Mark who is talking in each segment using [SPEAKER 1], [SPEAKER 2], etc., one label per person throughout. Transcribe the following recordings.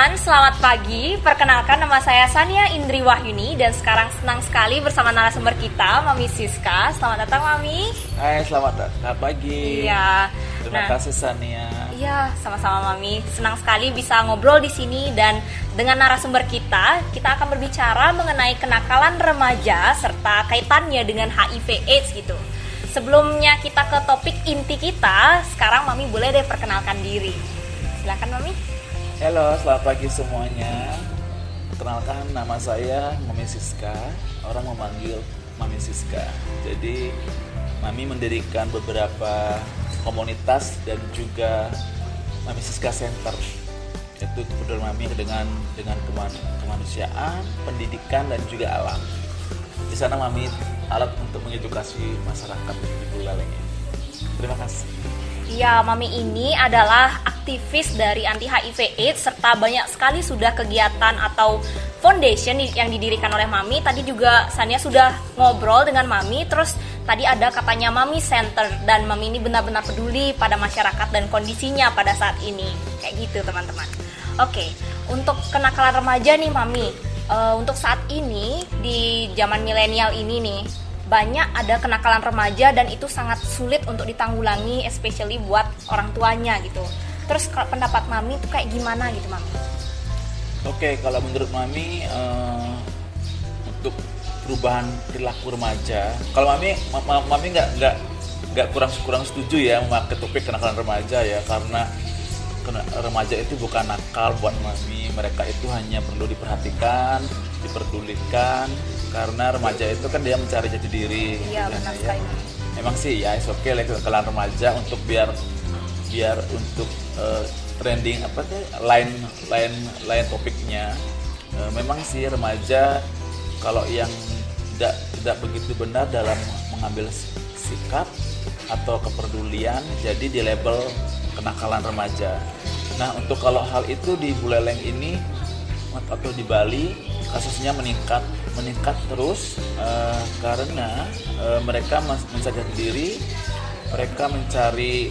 [SPEAKER 1] teman-teman, selamat pagi. Perkenalkan, nama saya Sania Indri Wahyuni dan sekarang senang sekali bersama narasumber kita, Mami Siska. Selamat datang, Mami.
[SPEAKER 2] Hai, selamat pagi.
[SPEAKER 1] Iya.
[SPEAKER 2] Terima kasih, Sania.
[SPEAKER 1] Iya, sama-sama, Mami. Senang sekali bisa ngobrol di sini dan dengan narasumber kita akan berbicara mengenai kenakalan remaja serta kaitannya dengan HIV/AIDS gitu. Sebelumnya kita ke topik inti kita, sekarang Mami boleh deh perkenalkan diri. Silakan, Mami.
[SPEAKER 2] Halo, selamat pagi semuanya. Perkenalkan, nama saya Mami Siska. Orang memanggil Mami Siska. Jadi, Mami mendirikan beberapa komunitas dan juga Mami Siska Center. Itu peduli Mami dengan kemanusiaan, pendidikan dan juga alam. Di sana Mami alat untuk mengedukasi masyarakat di Buleleng ini. Terima kasih.
[SPEAKER 1] Ya, Mami ini adalah aktivis dari anti HIV/AIDS serta banyak sekali sudah kegiatan atau foundation yang didirikan oleh Mami. Tadi juga Sania sudah ngobrol dengan Mami, terus tadi ada katanya Mami Center dan Mami ini benar-benar peduli pada masyarakat dan kondisinya pada saat ini. Kayak gitu, teman-teman. Oke, untuk kenakalan remaja nih, Mami. Untuk saat ini di zaman milenial ini nih, banyak ada kenakalan remaja dan itu sangat sulit untuk ditanggulangi, especially buat orang tuanya gitu. Terus kalau pendapat Mami itu kayak gimana gitu, Mami?
[SPEAKER 2] Oke, kalau menurut Mami untuk perubahan perilaku remaja, kalau Mami nggak kurang setuju ya memakai topik kenakalan remaja ya, karena remaja itu bukan nakal buat Mami. Mereka itu hanya perlu diperhatikan, diperdulikan. Karena remaja itu kan dia mencari jati diri.
[SPEAKER 1] Iya,
[SPEAKER 2] gitu,
[SPEAKER 1] benar
[SPEAKER 2] ya.
[SPEAKER 1] sekali.
[SPEAKER 2] Emang sih ya, oke lah kenakalan remaja untuk biar untuk trending apa tuh lain topiknya. Memang sih remaja kalau yang tidak begitu benar dalam mengambil sikap atau kepedulian, jadi di label kenakalan remaja. Nah, untuk kalau hal itu di Buleleng ini atau di Bali kasusnya meningkat terus karena mereka mencari diri, mereka mencari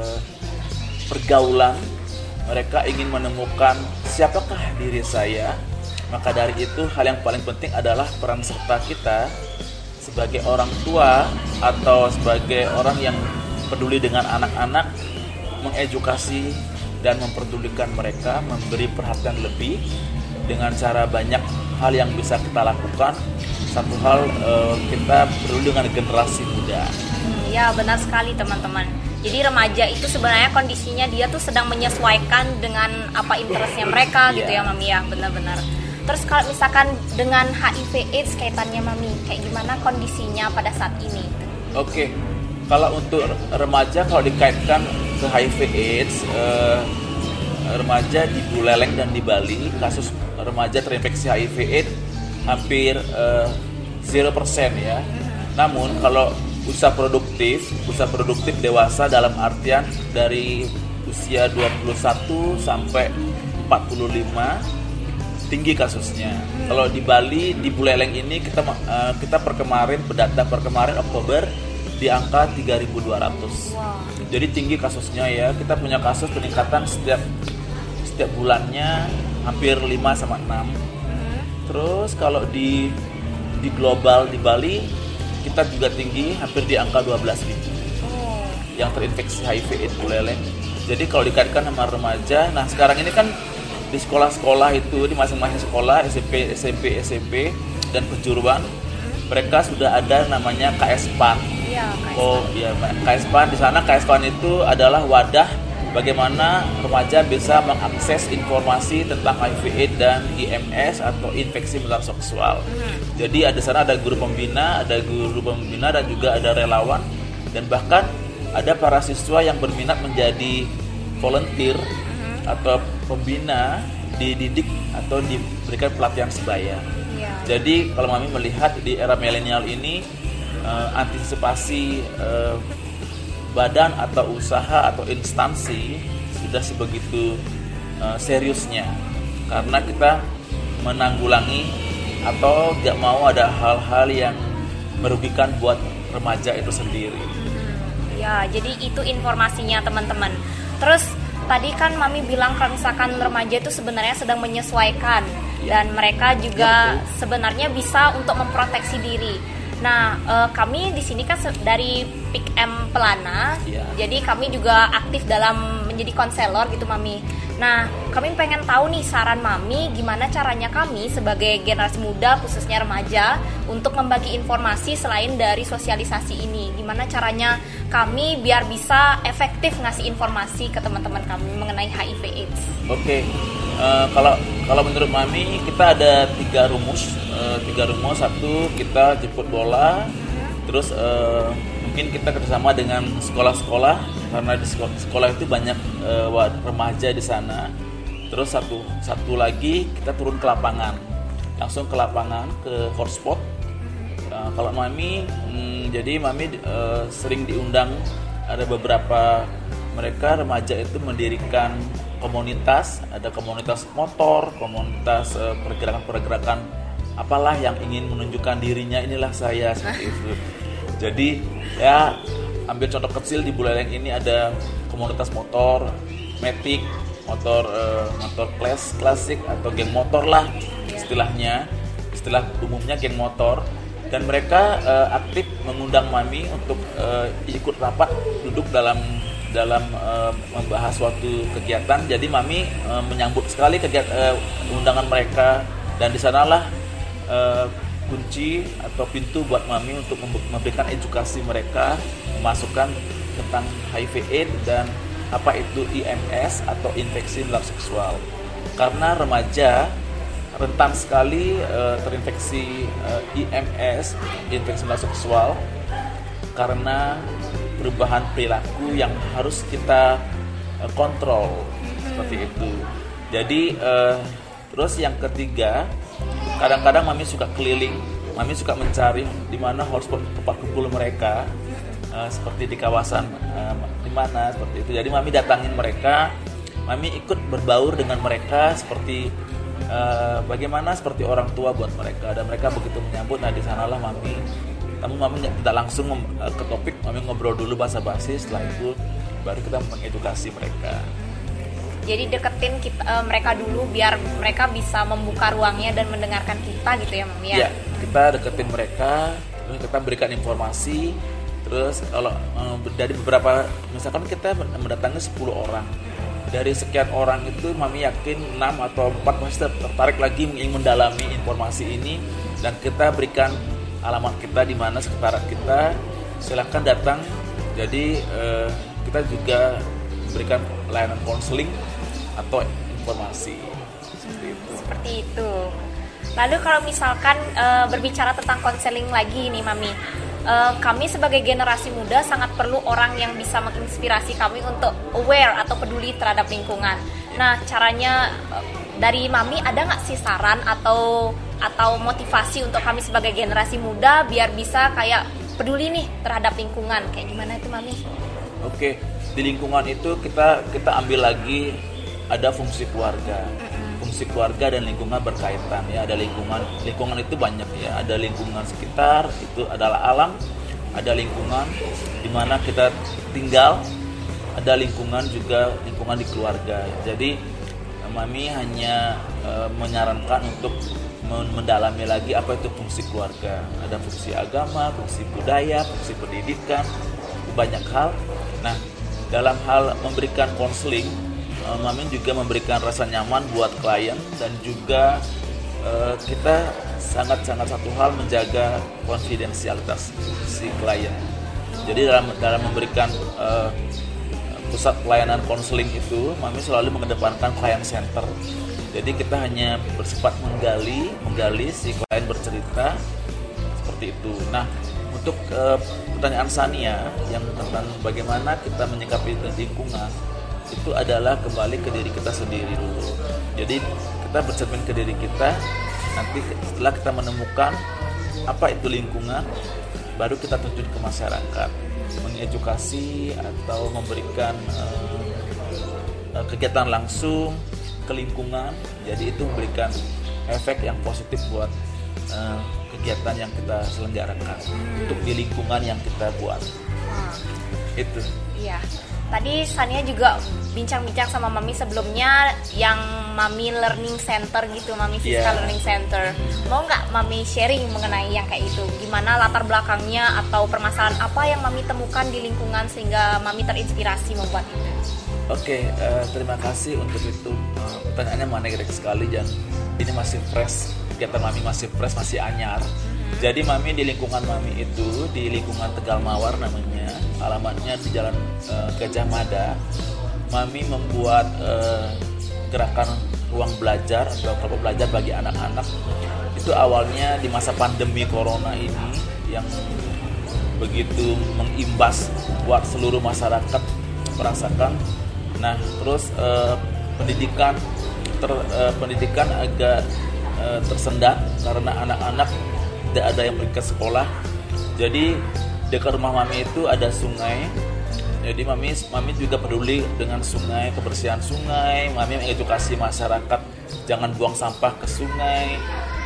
[SPEAKER 2] pergaulan, mereka ingin menemukan siapakah diri saya. Maka dari itu hal yang paling penting adalah peran serta kita sebagai orang tua atau sebagai orang yang peduli dengan anak-anak, mengedukasi dan memperdulikan mereka, memberi perhatian lebih dengan cara banyak hal yang bisa kita lakukan. Satu hal, kita peduli dengan generasi muda.
[SPEAKER 1] Ya, benar sekali, teman-teman. Jadi remaja itu sebenarnya kondisinya dia tuh sedang menyesuaikan dengan apa interestnya mereka gitu ya, Mami ya, benar-benar. Terus kalau misalkan dengan HIV/AIDS kaitannya, Mami, kayak gimana kondisinya pada saat ini?
[SPEAKER 2] Oke, kalau untuk remaja kalau dikaitkan ke HIV/AIDS, remaja di Buleleng dan di Bali kasus remaja terinfeksi HIV/AIDS hampir 0% ya. Namun kalau usia produktif dewasa dalam artian dari usia 21 sampai 45 tinggi kasusnya. Kalau di Bali di Buleleng ini kita per kemarin Oktober di angka 3.200.
[SPEAKER 1] Wow.
[SPEAKER 2] Jadi tinggi kasusnya ya. Kita punya kasus peningkatan setiap bulannya hampir 5 sama 6. Terus kalau di global di Bali kita juga tinggi, hampir di angka 12.000 yang terinfeksi HIV/AIDS Buleleng. Jadi kalau dikaitkan sama remaja, nah sekarang ini kan di sekolah-sekolah itu, di masing-masing sekolah SMP dan kejuruan, mereka sudah ada namanya KS-PAN.
[SPEAKER 1] Iya, KS-PAN.
[SPEAKER 2] Oh iya, KS-PAN. Di sana KS-PAN itu adalah wadah bagaimana remaja bisa mengakses informasi tentang HIV/AIDS dan IMS atau infeksi menular seksual. Jadi di sana ada guru pembina dan juga ada relawan, dan bahkan ada para siswa yang berminat menjadi volunteer atau pembina, dididik atau diberikan pelatihan sebaya.
[SPEAKER 1] Ya.
[SPEAKER 2] Jadi kalau Mami melihat di era milenial ini antisipasi badan atau usaha atau instansi sudah sebegitu seriusnya, karena kita menanggulangi atau tidak mau ada hal-hal yang merugikan buat remaja itu sendiri.
[SPEAKER 1] Ya, jadi itu informasinya, teman-teman. Terus tadi kan Mami bilang kalau misalkan remaja itu sebenarnya sedang menyesuaikan dan mereka juga sebenarnya bisa untuk memproteksi diri. Nah, kami di sini kan dari PIKM Pelana, jadi kami juga aktif dalam menjadi konselor gitu Mami. Nah, kami pengen tahu nih saran Mami gimana caranya kami sebagai generasi muda khususnya remaja untuk membagi informasi selain dari sosialisasi ini. Gimana caranya kami biar bisa efektif ngasih informasi ke teman-teman kami mengenai HIV/AIDS.
[SPEAKER 2] Oke. Kalau menurut Mami kita ada tiga rumus. Satu, kita jemput bola. Terus mungkin kita kerjasama dengan sekolah-sekolah karena di sekolah itu banyak remaja di sana. Terus satu lagi kita turun ke lapangan, langsung ke lapangan ke hotspot. Kalau Mami, jadi Mami sering diundang, ada beberapa mereka remaja itu mendirikan komunitas, ada komunitas motor, komunitas pergerakan-pergerakan apalah yang ingin menunjukkan dirinya, inilah saya, seperti itu. Jadi ya ambil contoh kecil di Buleleng ini ada komunitas motor, matic, motor klasik atau geng motor lah istilahnya, istilah umumnya geng motor. Dan mereka aktif mengundang Mami untuk ikut rapat, duduk dalam membahas suatu kegiatan. Jadi Mami menyambut sekali undangan mereka, dan di sanalah kunci atau pintu buat Mami untuk memberikan edukasi mereka, memasukkan tentang HIV/AIDS dan apa itu IMS atau infeksi menular seksual. Karena remaja rentan sekali terinfeksi IMS, infeksi menular seksual, karena perubahan perilaku yang harus kita kontrol, seperti itu. Jadi terus yang ketiga, kadang-kadang Mami suka keliling, Mami suka mencari di mana hotspot tempat kumpul mereka, seperti di kawasan di mana seperti itu. Jadi Mami datangin mereka, Mami ikut berbaur dengan mereka seperti bagaimana seperti orang tua buat mereka, dan mereka begitu menyambut. Nah di sanalah Mami tidak langsung ke topik, Mami ngobrol dulu basa-basi, setelah itu baru kita mengedukasi mereka.
[SPEAKER 1] Jadi deketin mereka dulu biar mereka bisa membuka ruangnya dan mendengarkan kita gitu ya Mami ya?
[SPEAKER 2] Ya, kita deketin mereka, terus kita berikan informasi. Terus kalau dari beberapa, misalkan kita mendatangi 10 orang, dari sekian orang itu Mami yakin 6 atau 4 masih tertarik lagi ingin mendalami informasi ini, dan kita berikan alamat kita di mana sekretariat kita, silahkan datang. Jadi kita juga berikan layanan konseling atau informasi
[SPEAKER 1] seperti itu. Lalu kalau misalkan berbicara tentang konseling lagi nih Mami, kami sebagai generasi muda sangat perlu orang yang bisa menginspirasi kami untuk aware atau peduli terhadap lingkungan. Nah caranya dari Mami ada nggak sih saran atau motivasi untuk kami sebagai generasi muda biar bisa kayak peduli nih terhadap lingkungan, kayak gimana itu Mami?
[SPEAKER 2] Oke, di lingkungan itu kita ambil lagi ada fungsi keluarga. Fungsi keluarga dan lingkungan berkaitan ya. Ada lingkungan itu banyak ya. Ada lingkungan sekitar, itu adalah alam. Ada lingkungan di mana kita tinggal. Ada lingkungan juga lingkungan di keluarga. Jadi Mami hanya menyarankan untuk mendalami lagi apa itu fungsi keluarga. Ada fungsi agama, fungsi budaya, fungsi pendidikan, banyak hal. Nah, dalam hal memberikan konseling, Mami juga memberikan rasa nyaman buat klien, dan juga kita sangat-sangat satu hal menjaga konfidensialitas si klien. Jadi dalam memberikan pusat pelayanan konseling itu, Mami selalu mengedepankan client center. Jadi kita hanya bersifat menggali si klien bercerita seperti itu. Nah, untuk pertanyaan Sania yang tentang bagaimana kita menyikapi lingkungan, itu adalah kembali ke diri kita sendiri dulu. Jadi kita bercermin ke diri kita, nanti setelah kita menemukan apa itu lingkungan, baru kita terjun ke masyarakat, mengedukasi atau memberikan kegiatan langsung ke lingkungan. Jadi itu memberikan efek yang positif buat kegiatan yang kita selenggarakan untuk di lingkungan yang kita buat. Itu.
[SPEAKER 1] Iya. Tadi Sania juga bincang-bincang sama Mami sebelumnya yang Mami Learning Center gitu, Mami Siska Learning Center. Mau nggak Mami sharing mengenai yang kayak itu? Gimana latar belakangnya atau permasalahan apa yang Mami temukan di lingkungan sehingga Mami terinspirasi membuat itu?
[SPEAKER 2] Oke, terima kasih untuk itu. Pertanyaannya menarik sekali dan ini masih fresh. Kegiatan Mami masih fresh, masih anyar. Jadi Mami di lingkungan Mami itu di lingkungan Tegal Mawar namanya, alamatnya di Jalan Gajah Mada. Mami membuat gerakan ruang belajar atau kelompok belajar bagi anak-anak. Itu awalnya di masa pandemi corona ini yang begitu mengimbas buat seluruh masyarakat merasakan. Nah, terus pendidikan agak tersendat karena anak-anak tidak ada yang pergi ke sekolah. Jadi dekat rumah Mami itu ada sungai. Jadi Mami juga peduli dengan sungai, kebersihan sungai. Mami mengedukasi masyarakat jangan buang sampah ke sungai.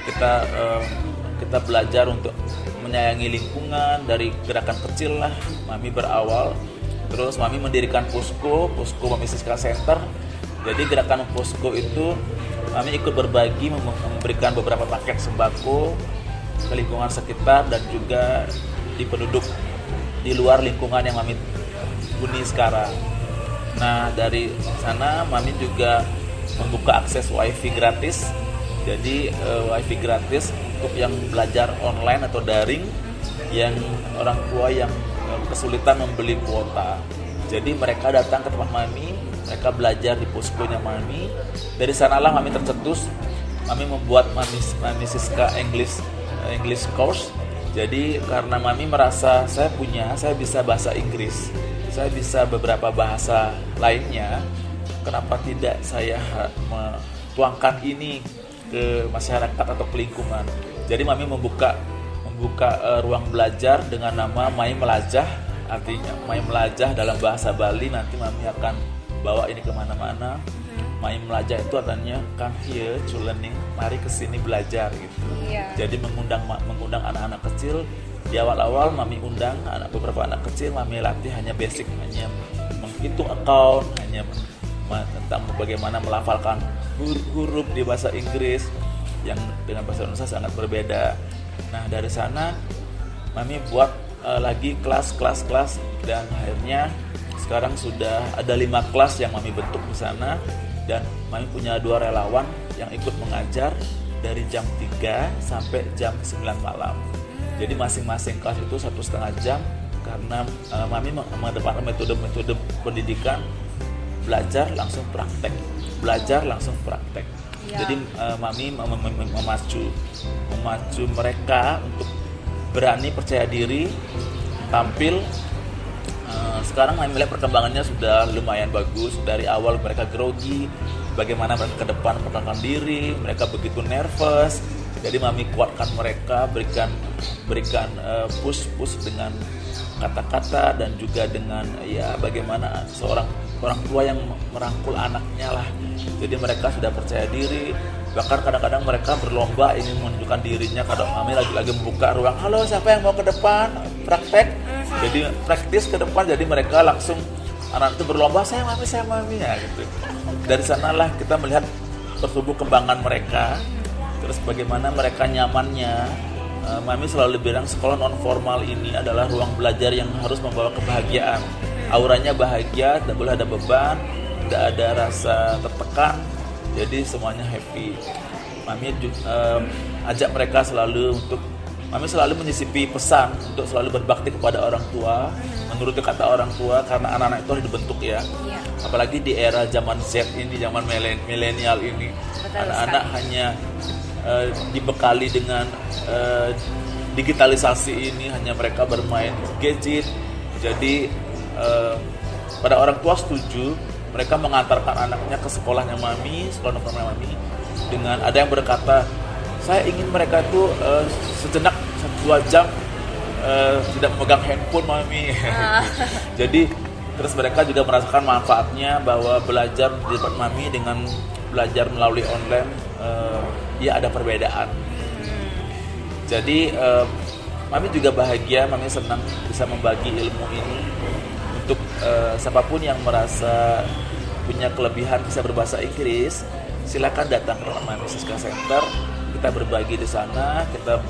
[SPEAKER 2] Kita belajar untuk menyayangi lingkungan dari gerakan kecil lah. Mami berawal. Terus Mami mendirikan posko Mami Siska Center. Jadi gerakan posko itu Mami ikut berbagi, memberikan beberapa paket sembako ke lingkungan sekitar dan juga di penduduk di luar lingkungan yang Mami huni sekarang. Nah, dari sana Mami juga membuka akses wifi gratis. Jadi wifi gratis untuk yang belajar online atau daring, yang orang tua yang kesulitan membeli kuota. Jadi mereka datang ke tempat Mami, mereka belajar di poskonya Mami. Dari sanalah Mami tercetus. Mami membuat Mami Siska English course. Jadi karena Mami merasa saya bisa bahasa Inggris, saya bisa beberapa bahasa lainnya, kenapa tidak saya tuangkan ini ke masyarakat atau ke lingkungan. Jadi Mami membuka ruang belajar dengan nama Mai Melajah. Artinya Mai Melajah dalam bahasa Bali, nanti Mami akan bawa ini kemana-mana. Mai Melajah itu artinya come here to learning, mari kesini belajar gitu. Jadi mengundang anak-anak kecil. Di awal-awal Mami undang beberapa anak kecil, Mami latih hanya basic, hanya menghitung account, hanya tentang bagaimana melafalkan huruf di bahasa Inggris yang dengan bahasa Indonesia sangat berbeda. Nah, dari sana Mami buat lagi kelas dan akhirnya sekarang sudah ada 5 kelas yang Mami bentuk di sana. Dan Mami punya 2 relawan yang ikut mengajar dari jam 3 sampai jam 9 malam. Jadi masing-masing kelas itu 1,5 jam karena Mami mengedepankan metode pendidikan belajar langsung praktek. Jadi Mami memacu mereka untuk berani, percaya diri, tampil. Sekarang Mami melihat perkembangannya sudah lumayan bagus. Dari awal mereka grogi, bagaimana mereka ke depan memperkenalkan diri, mereka begitu nervous. Jadi Mami kuatkan mereka, berikan push dengan kata-kata dan juga dengan bagaimana seorang orang tua yang merangkul anaknya lah. Jadi mereka sudah percaya diri. Bahkan kadang-kadang mereka berlomba ingin menunjukkan dirinya. Kadang Mami lagi membuka ruang, halo siapa yang mau ke depan praktek. Jadi praktis ke depan, jadi mereka langsung anak itu berlomba, saya mami ya gitu. Dari sanalah kita melihat pertumbuh kembangan mereka, terus bagaimana mereka nyamannya. Mami selalu bilang sekolah non formal ini adalah ruang belajar yang harus membawa kebahagiaan. Auranya bahagia, tidak boleh ada beban, tidak ada rasa tertekan, jadi semuanya happy. Mami ajak mereka selalu untuk Mami selalu menyisipi pesan untuk selalu berbakti kepada orang tua, menuruti kata orang tua, karena anak-anak itu harus dibentuk ya. Apalagi di era zaman Z ini, zaman milenial ini. Betul, anak-anak hanya dibekali dengan digitalisasi ini, hanya mereka bermain gadget. Jadi pada orang tua setuju, mereka mengantarkan anaknya ke sekolahnya Mami, sekolah normal Mami, dengan ada yang berkata, saya ingin mereka itu sejenak 2 jam tidak memegang handphone Mami. Jadi terus mereka juga merasakan manfaatnya bahwa belajar di tempat Mami dengan belajar melalui online ada perbedaan. Jadi Mami juga bahagia, Mami senang bisa membagi ilmu ini untuk siapapun yang merasa punya kelebihan bisa berbahasa Inggris, silakan datang ke Mami Siska Center. Kita berbagi di sana. Kita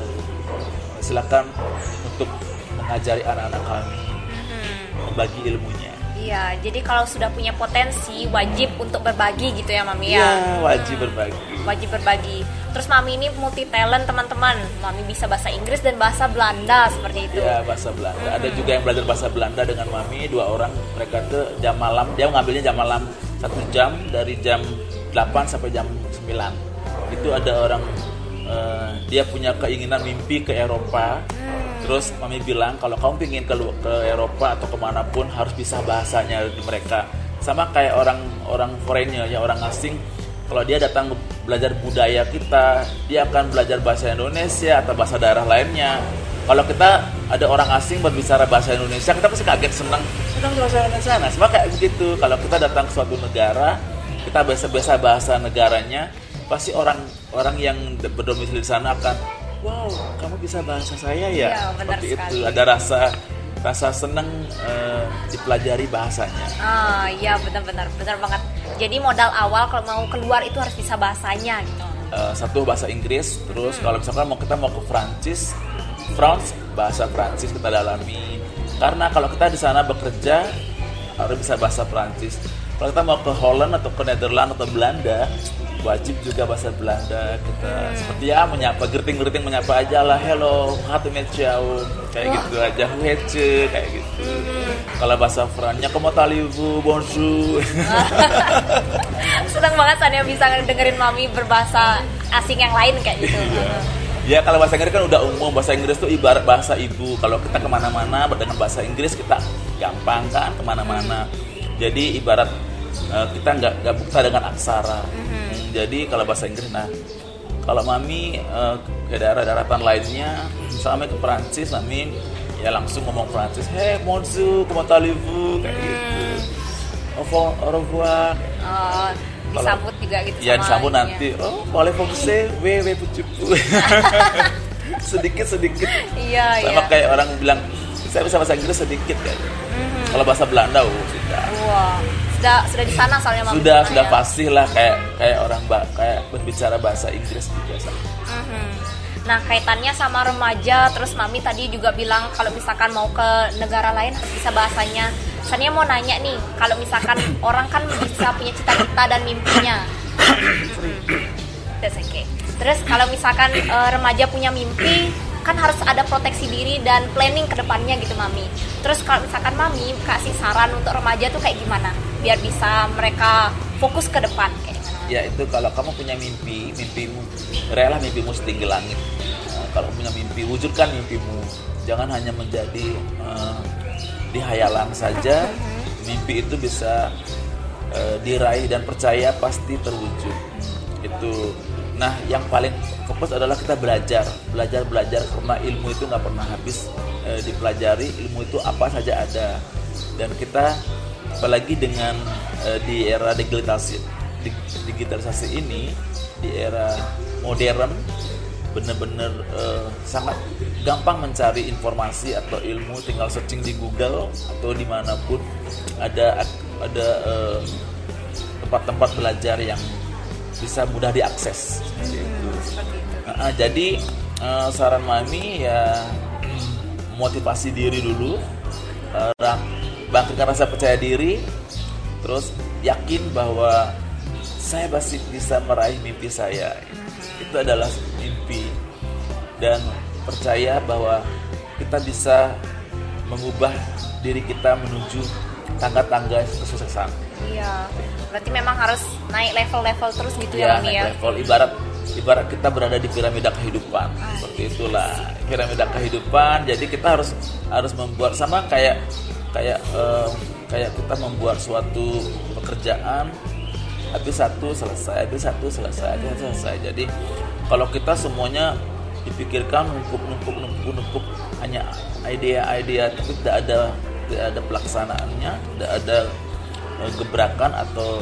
[SPEAKER 2] silakan untuk mengajari anak-anak kami, berbagi ilmunya.
[SPEAKER 1] Iya, jadi kalau sudah punya potensi wajib untuk berbagi gitu ya Mami ya.
[SPEAKER 2] Iya, wajib berbagi.
[SPEAKER 1] Wajib berbagi. Terus Mami ini multi talent teman-teman. Mami bisa bahasa Inggris dan bahasa Belanda seperti itu.
[SPEAKER 2] Iya, bahasa Belanda. Ada juga yang belajar bahasa Belanda dengan Mami, 2 orang. Mereka tuh jam malam, dia ngambilnya jam malam 1 jam dari jam 8 sampai jam 9. Itu ada orang dia punya keinginan mimpi ke Eropa. Terus Mami bilang kalau kamu ingin ke Eropa atau kemanapun harus bisa bahasanya di mereka. Sama kayak orang foreigner ya, orang asing. Kalau dia datang belajar budaya kita, dia akan belajar bahasa Indonesia atau bahasa daerah lainnya. Kalau kita ada orang asing berbicara bahasa Indonesia, kita pasti kaget, senang bahasa Indonesia. Nah, sama kayak begitu. Kalau kita datang ke suatu negara, kita biasa bahasa negaranya, pasti orang yang berdomisili di sana akan, wow, kamu bisa bahasa saya ya?
[SPEAKER 1] Iya, benar
[SPEAKER 2] seperti
[SPEAKER 1] sekali.
[SPEAKER 2] itu. Ada rasa senang dipelajari bahasanya.
[SPEAKER 1] Iya benar banget. Jadi modal awal kalau mau keluar itu harus bisa bahasanya gitu.
[SPEAKER 2] Satu bahasa Inggris, terus kalau misalkan kita mau ke France, bahasa Prancis kita dalami. Karena kalau kita di sana bekerja harus bisa bahasa Prancis. Kalau kita mau ke Holland atau ke Nederland atau Belanda, wajib juga bahasa Belanda. Kita seperti ya menyapa, greeting menyapa aja lah, hello, hatu metjau, kayak gitu aja, huhece, kayak gitu. Kalau bahasa Fransnya, comment allez-vous, bonjour.
[SPEAKER 1] Senang banget Sania bisa dengerin Mami berbahasa asing yang lain kayak gitu.
[SPEAKER 2] Ya kalau bahasa Inggris kan udah umum, bahasa Inggris tuh ibarat bahasa ibu. Kalau kita kemana-mana dengan bahasa Inggris kita gampang kan kemana-mana. Jadi ibarat kita nggak buta dengan aksara. Jadi kalau bahasa Inggris, nah kalau Mami ke daerah-daerahatan lainnya, misalnya ke Prancis, Mami ya langsung ngomong Prancis, hey bonjour, comment allez-vous, kayak gitu. Au revoir.
[SPEAKER 1] Disambut juga gitu
[SPEAKER 2] Ya
[SPEAKER 1] sama
[SPEAKER 2] disambut
[SPEAKER 1] ininya.
[SPEAKER 2] nanti, oh boleh fokusnya, we pucupu. sedikit.
[SPEAKER 1] Iya.
[SPEAKER 2] Sama kayak orang bilang, saya bisa bahasa Inggris sedikit kan. Kalau bahasa Belanda, sudah.
[SPEAKER 1] Wah, sudah di sana soalnya Mami.
[SPEAKER 2] Sudah pasti lah kayak orang kayak berbicara bahasa Inggris biasa.
[SPEAKER 1] Nah kaitannya sama remaja, terus Mami tadi juga bilang kalau misalkan mau ke negara lain harus bisa bahasanya. Saya mau nanya nih, kalau misalkan orang kan bisa punya cita-cita dan mimpinya. That's okay. Terus kalau misalkan remaja punya mimpi, kan harus ada proteksi diri dan planning ke depannya gitu Mami. Terus kalau misalkan Mami kasih saran untuk remaja tuh kayak gimana? Biar bisa mereka fokus ke depan kayak gimana?
[SPEAKER 2] Ya itu kalau kamu punya mimpimu, rela mimpimu setinggi langit. Kalau punya mimpi, wujudkan mimpimu. Jangan hanya menjadi di hayalan saja. Mimpi itu bisa diraih dan percaya pasti terwujud. Itu. Nah, yang paling fokus adalah kita belajar karena ilmu itu nggak pernah habis dipelajari. Ilmu itu apa saja ada. Dan kita apalagi dengan di era digitalisasi ini, di era modern, benar-benar sangat gampang mencari informasi atau ilmu, tinggal searching di Google atau dimanapun ada tempat-tempat belajar yang bisa mudah diakses. Jadi saran Mami ya motivasi diri dulu, bangkitkan rasa percaya diri, terus yakin bahwa saya pasti bisa meraih mimpi saya. Itu adalah mimpi, dan percaya bahwa kita bisa mengubah diri kita menuju tangga-tangga kesuksesan.
[SPEAKER 1] Iya, berarti memang harus naik level-level terus gitu ya Mami ya.
[SPEAKER 2] Level ibarat kita berada di piramida kehidupan. Seperti itulah piramida kehidupan. Jadi kita harus membuat sama kayak kita membuat suatu pekerjaan, habis satu selesai. Jadi kalau kita semuanya dipikirkan numpuk hanya ide-ide tapi tidak ada pelaksanaannya, tidak ada gebrakan atau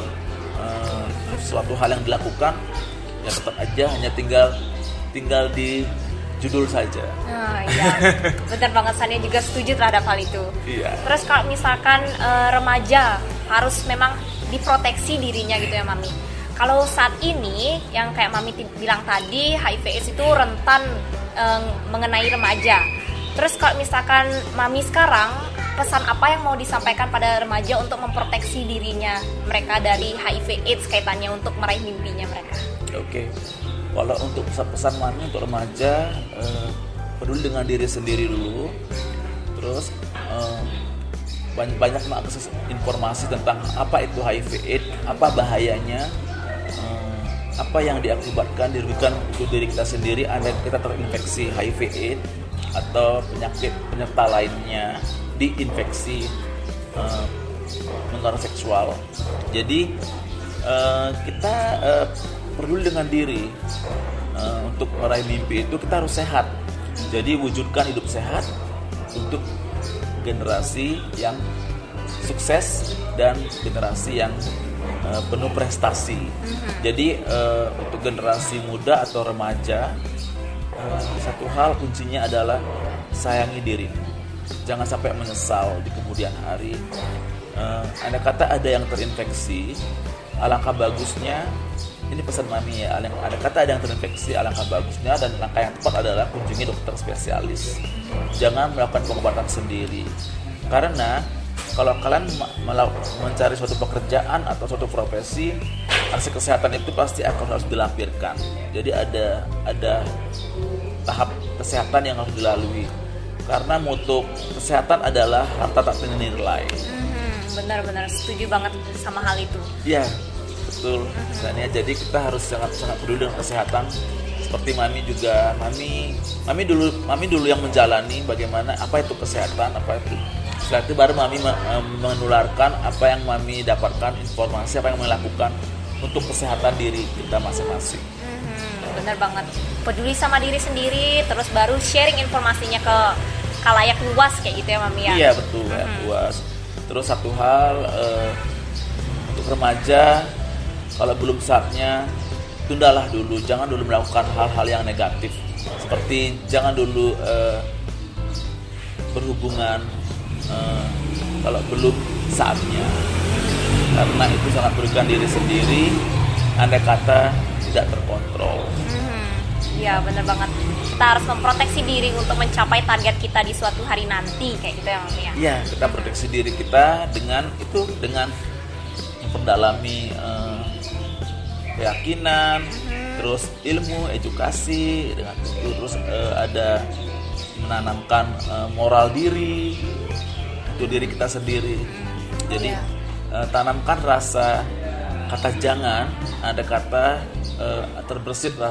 [SPEAKER 2] suatu hal yang dilakukan, ya tetap aja hanya tinggal judul saja.
[SPEAKER 1] Nah, iya, benar banget, Sania juga setuju terhadap hal itu.
[SPEAKER 2] Iya.
[SPEAKER 1] Terus kalau misalkan remaja harus memang diproteksi dirinya gitu ya Mami. Kalau saat ini yang kayak Mami bilang tadi, HIV/AIDS itu rentan mengenai remaja. Terus kalau misalkan Mami sekarang, pesan apa yang mau disampaikan pada remaja untuk memproteksi dirinya mereka dari HIV/AIDS kaitannya untuk meraih mimpinya mereka?
[SPEAKER 2] Oke. Kalau untuk pesan Mami untuk remaja, peduli dengan diri sendiri dulu, terus banyak mengakses informasi tentang apa itu HIV/AIDS, apa bahayanya, apa yang diakibatkan dirugikan untuk diri kita sendiri andai kita terinfeksi HIV/AIDS atau penyakit penyerta lainnya diinfeksi menular seksual. Jadi kita peduli dengan diri. Untuk meraih mimpi itu kita harus sehat. Jadi wujudkan hidup sehat untuk generasi yang sukses dan generasi yang penuh prestasi. Jadi untuk generasi muda atau remaja, satu hal kuncinya adalah sayangi dirimu. Jangan sampai menyesal di kemudian hari. Andai kata ada yang terinfeksi, alangkah bagusnya, ini pesan Mami ya, ada kata ada yang terinfeksi, alangkah bagusnya dan langkah yang tepat adalah kunjungi dokter spesialis. Jangan melakukan pengobatan sendiri. Karena kalau kalian mencari suatu pekerjaan atau suatu profesi, aspek kesehatan itu pasti akan harus dilampirkan. Jadi ada tahap kesehatan yang harus dilalui. Karena mutu kesehatan adalah harta tak ternilai.
[SPEAKER 1] Benar-benar setuju banget sama hal itu.
[SPEAKER 2] Iya. Betul, Sania. Jadi kita harus sangat peduli dengan kesehatan. Seperti Mami juga, Mami dulu yang menjalani bagaimana apa itu kesehatan, apa itu. Setelah itu baru Mami menularkan apa yang Mami dapatkan, informasi apa yang Mami lakukan untuk kesehatan diri kita masing-masing.
[SPEAKER 1] Benar banget. Peduli sama diri sendiri, terus baru sharing informasinya ke khalayak luas kayak gitu ya Mami ya.
[SPEAKER 2] Iya betul, ya, luas. Terus satu hal untuk remaja, kalau belum saatnya, tundalah dulu. Jangan dulu melakukan hal-hal yang negatif. Seperti jangan dulu berhubungan kalau belum saatnya. Karena itu sangat merugikan diri sendiri, andai kata tidak terkontrol.
[SPEAKER 1] Ya benar banget. Kita harus memproteksi diri untuk mencapai target kita di suatu hari nanti kayak gitu ya Mami ya.
[SPEAKER 2] Iya, kita proteksi diri kita dengan memperdalami keyakinan, terus ilmu, edukasi, dengan itu terus ada menanamkan moral diri untuk diri kita sendiri. Jadi tanamkan rasa kata jangan, ada kata terbersit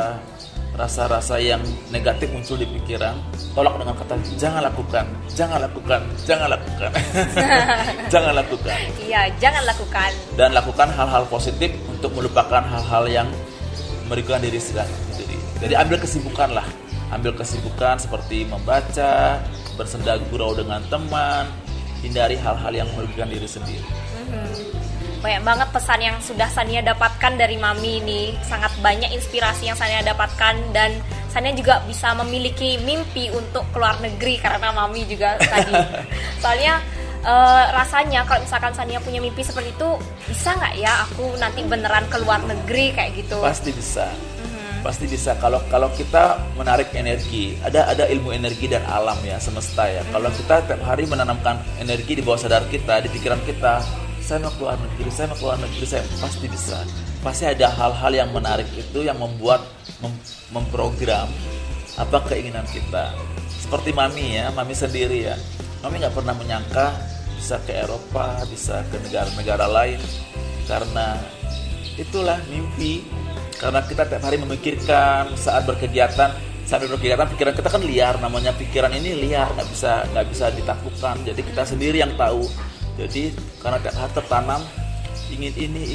[SPEAKER 2] rasa yang negatif muncul di pikiran, tolak dengan kata jangan lakukan, jangan lakukan, jangan lakukan. Jangan lakukan.
[SPEAKER 1] Iya, jangan lakukan.
[SPEAKER 2] Dan lakukan hal-hal positif untuk melupakan hal-hal yang merugikan diri sendiri. Jadi ambil kesibukan seperti membaca, bersenda gurau dengan teman, hindari hal-hal yang merugikan diri sendiri.
[SPEAKER 1] Banyak banget pesan yang sudah Sania dapatkan dari Mami ini. Sangat banyak inspirasi yang Sania dapatkan. Dan Sania juga bisa memiliki mimpi untuk keluar negeri karena Mami juga tadi. Soalnya rasanya kalau misalkan Sania punya mimpi seperti itu, bisa nggak ya aku nanti beneran keluar negeri kayak gitu?
[SPEAKER 2] Pasti bisa. Pasti bisa kalau kita menarik energi. Ada ilmu energi dan alam ya, semesta ya. Kalau kita tiap hari menanamkan energi di bawah sadar kita, di pikiran kita, saya mau keluar negeri, saya pasti bisa. Pasti ada hal-hal yang menarik itu yang membuat memprogram apa keinginan kita. Seperti Mami ya, Mami sendiri ya. Mami nggak pernah menyangka bisa ke Eropa, bisa ke negara-negara lain, karena itulah mimpi. Karena kita tiap hari memikirkan saat berkegiatan pikiran kita kan liar, namanya pikiran ini liar, nggak bisa ditaklukkan. Jadi kita sendiri yang tahu. Jadi karena tiap hari tertanam ingin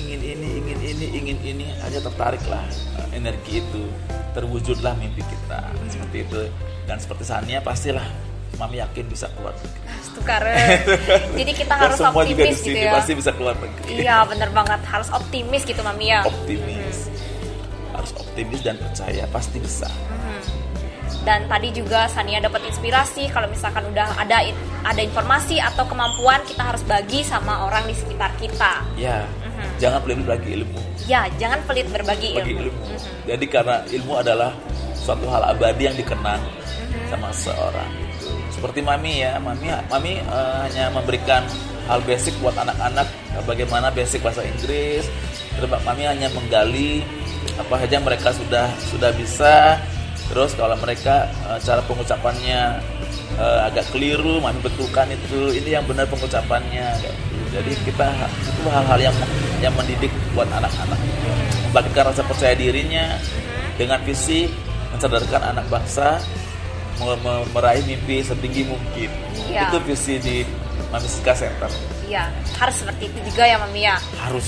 [SPEAKER 2] ini, hanya tertariklah energi itu, terwujudlah mimpi kita seperti itu. Dan seperti Sania pastilah Mami yakin bisa keluar negeri.
[SPEAKER 1] Jadi kita harus optimis gitu ya.
[SPEAKER 2] Pasti bisa keluar negeri.
[SPEAKER 1] Iya benar banget, harus optimis gitu Mami ya.
[SPEAKER 2] Optimis, harus optimis dan percaya pasti bisa.
[SPEAKER 1] Dan tadi juga Sania dapat inspirasi kalau misalkan udah ada informasi atau kemampuan, kita harus bagi sama orang di sekitar kita.
[SPEAKER 2] Ya, jangan pelit berbagi ilmu.
[SPEAKER 1] Ya, jangan pelit berbagi ilmu.
[SPEAKER 2] Jadi karena ilmu adalah suatu hal abadi yang dikenang sama seorang. Seperti Mami ya, Mami hanya memberikan hal basic buat anak-anak, bagaimana basic bahasa Inggris. Terus Mami hanya menggali apa saja mereka sudah bisa. Terus kalau mereka cara pengucapannya agak keliru, Mami betulkan itu, ini yang benar pengucapannya. Jadi kita itu hal-hal yang mendidik buat anak-anak, membangkitkan rasa percaya dirinya dengan visi mencerdarkan anak bangsa, meraih mimpi setinggi mungkin. Ya. Itu visi di Mami Siska Center.
[SPEAKER 1] Iya, harus seperti itu juga ya Mami ya.
[SPEAKER 2] Harus.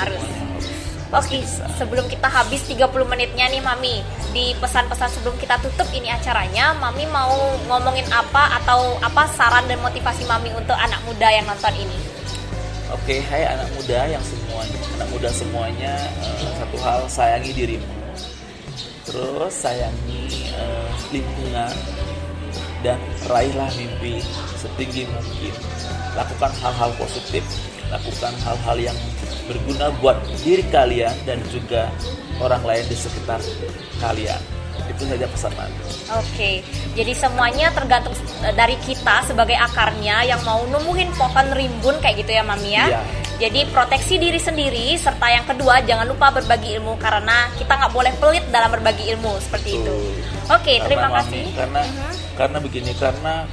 [SPEAKER 1] Oke, sebelum kita habis 30 menitnya nih Mami, di pesan-pesan sebelum kita tutup ini acaranya, Mami mau ngomongin apa atau apa saran dan motivasi Mami untuk anak muda yang nonton ini?
[SPEAKER 2] Oke, hai anak muda semuanya, satu hal, sayangi dirimu. Terus sayangi lingkungan dan raihlah mimpi setinggi mungkin. Lakukan hal-hal positif, lakukan hal-hal yang berguna buat diri kalian dan juga orang lain di sekitar kalian. Itu saja pesan Mami.
[SPEAKER 1] Oke, jadi semuanya tergantung dari kita sebagai akarnya yang mau numbuhin pohon rimbun kayak gitu ya Mami ya. Iya. Jadi proteksi diri sendiri, serta yang kedua jangan lupa berbagi ilmu, karena kita nggak boleh pelit dalam berbagi ilmu seperti itu. Oke, terima kasih.
[SPEAKER 2] Karena begini, karena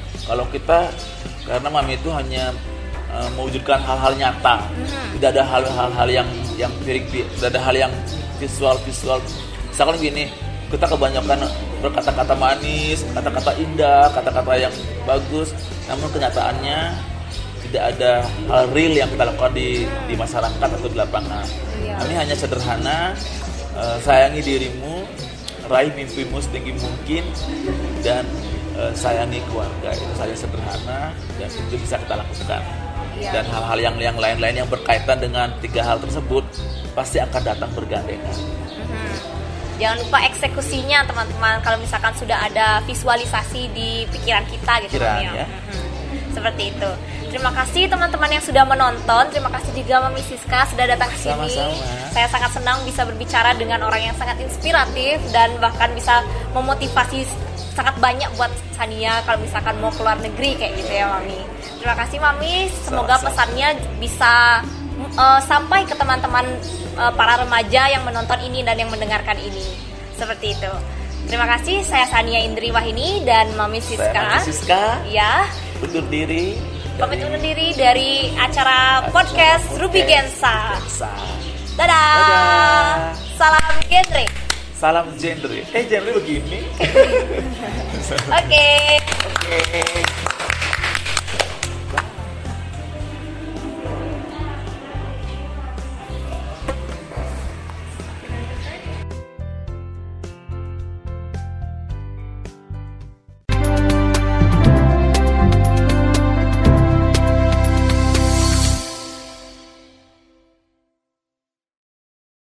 [SPEAKER 2] Mami itu hanya mewujudkan hal-hal nyata, tidak ada hal-hal yang tidak ada hal yang visual. Misalkan gini, kita kebanyakan berkata-kata manis, kata-kata indah, kata-kata yang bagus, namun kenyataannya tidak ada hal real yang kita lakukan di masyarakat atau di lapangan. Kami hanya sederhana, sayangi dirimu, raih mimpimu setinggi mungkin, dan sayangi keluarga. Itu saja sederhana dan itu bisa kita lakukan. Dan hal-hal yang lain-lain yang berkaitan dengan 3 hal tersebut pasti akan datang bergandengan.
[SPEAKER 1] Jangan lupa eksekusinya teman-teman, kalau misalkan sudah ada visualisasi di pikiran kita gitu ya. Seperti itu. Terima kasih teman-teman yang sudah menonton. Terima kasih juga Mami Siska sudah datang ke sini.
[SPEAKER 2] Sama-sama.
[SPEAKER 1] Saya sangat senang bisa berbicara dengan orang yang sangat inspiratif dan bahkan bisa memotivasi sangat banyak buat Sania kalau misalkan mau keluar negeri kayak gitu ya Mami. Terima kasih Mami. Semoga pesannya bisa sampai ke teman-teman para remaja yang menonton ini dan yang mendengarkan ini. Seperti itu. Terima kasih. Saya Sania Indri Wahini dan Mami Siska.
[SPEAKER 2] Saya Mami Siska.
[SPEAKER 1] Ya. Pamit undur diri dari acara podcast Ruby Gensa. Dadah. Salam genre.
[SPEAKER 2] Salam genre. Genre begini.
[SPEAKER 1] Oke.